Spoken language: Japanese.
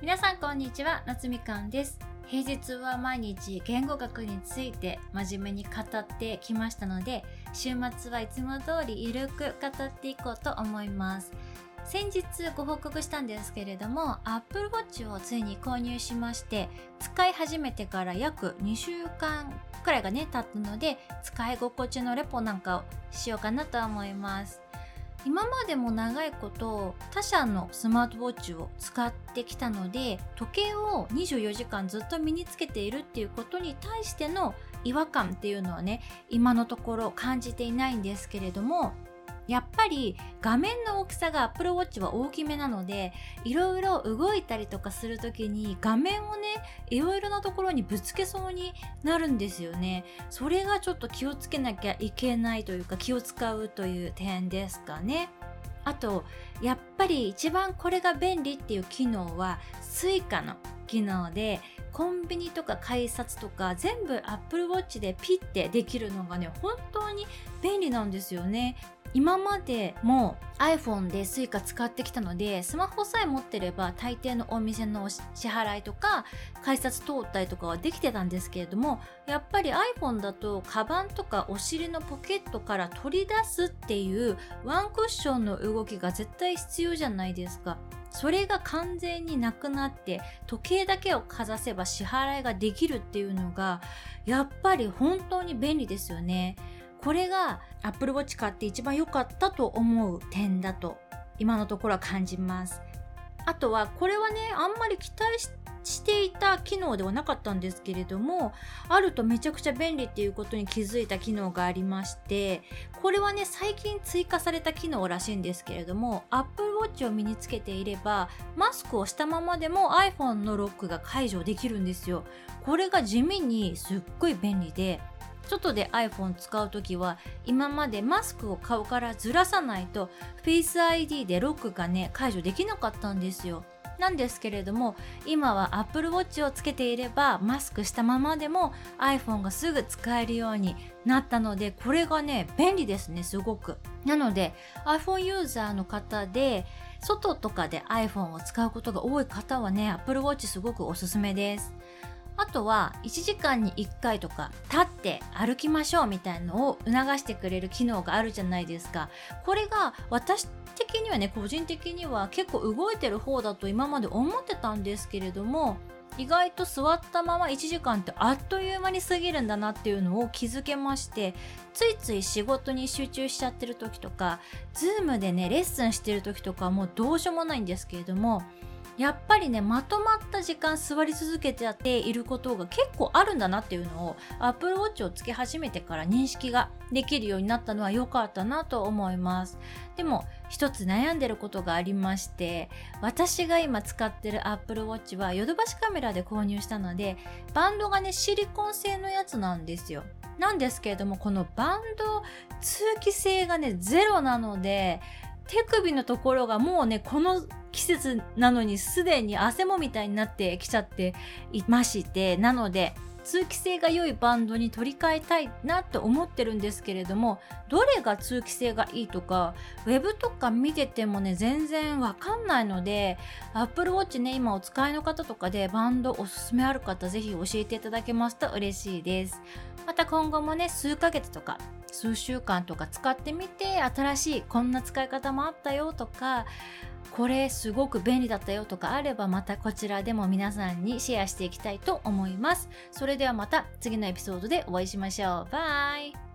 皆さんこんにちは、夏みかんです。平日は毎日言語学について真面目に語ってきましたので、週末はいつも通りゆるく語っていこうと思います。先日ご報告したんですけれども、Apple Watch をついに購入しまして、使い始めてから約2週間くらいがね経ったので、使い心地のレポなんかをしようかなと思います。今までも長いこと他社のスマートウォッチを使ってきたので、時計を24時間ずっと身につけているっていうことに対しての違和感っていうのはね、今のところ感じていないんですけれども、やっぱり画面の大きさが Apple Watch は大きめなので、いろいろ動いたりとかするときに画面をね、いろいろなところにぶつけそうになるんですよね。それがちょっと気をつけなきゃいけないというか、気を使うという点ですかね。あとやっぱり一番これが便利っていう機能は Suica の機能で、コンビニとか改札とか全部 Apple Watch でピッてできるのがね、本当に便利なんですよね。今までも iPhone で Suica 使ってきたので、スマホさえ持ってれば大抵のお店の支払いとか改札通ったりとかはできてたんですけれども、やっぱり iPhone だとカバンとかお尻のポケットから取り出すっていうワンクッションの動きが絶対必要じゃないですか。それが完全になくなって、時計だけをかざせば支払いができるっていうのがやっぱり本当に便利ですよね。これが Apple Watch 買って一番良かったと思う点だと今のところは感じます。あとはこれはね、あんまり期待していた機能ではなかったんですけれども、あるとめちゃくちゃ便利っていうことに気づいた機能がありまして、これはね、最近追加された機能らしいんですけれども、 Apple Watch を身につけていればマスクをしたままでも iPhone のロックが解除できるんですよ。これが地味にすっごい便利で、外で iPhone 使うときは今までマスクを顔からずらさないと Face ID でロックがね解除できなかったんですよ。なんですけれども、今は Apple Watch をつけていればマスクしたままでも iPhone がすぐ使えるようになったので、これがね便利ですね、すごく。なので iPhone ユーザーの方で外とかで iPhone を使うことが多い方はね、 Apple Watch すごくおすすめです。あとは1時間に1回とか立って歩きましょうみたいのを促してくれる機能があるじゃないですか。これが私的にはね、個人的には結構動いてる方だと今まで思ってたんですけれども、意外と座ったまま1時間ってあっという間に過ぎるんだなっていうのを気づけまして、ついつい仕事に集中しちゃってる時とか、Zoom でねレッスンしてる時とかはもうどうしようもないんですけれども、やっぱりね、まとまった時間座り続けてやっていることが結構あるんだなっていうのを Apple Watch をつけ始めてから認識ができるようになったのは良かったなと思います。でも一つ悩んでることがありまして、私が今使ってる Apple Watch はヨドバシカメラで購入したので、バンドがねシリコン製のやつなんですよ。なんですけれども、このバンド通気性がねゼロなので、手首のところがもうね、この季節なのにすでに汗もみたいになってきちゃっていまして、なので通気性が良いバンドに取り替えたいなと思ってるんですけれども、どれが通気性がいいとかウェブとか見ててもね全然わかんないので、 Apple Watch ね今お使いの方とかでバンドおすすめある方、ぜひ教えていただけますと嬉しいです。また今後もね、数ヶ月とか数週間とか使ってみて、新しいこんな使い方もあったよとか、これすごく便利だったよとかあれば、またこちらでも皆さんにシェアしていきたいと思います。それではまた次のエピソードでお会いしましょう。バイ。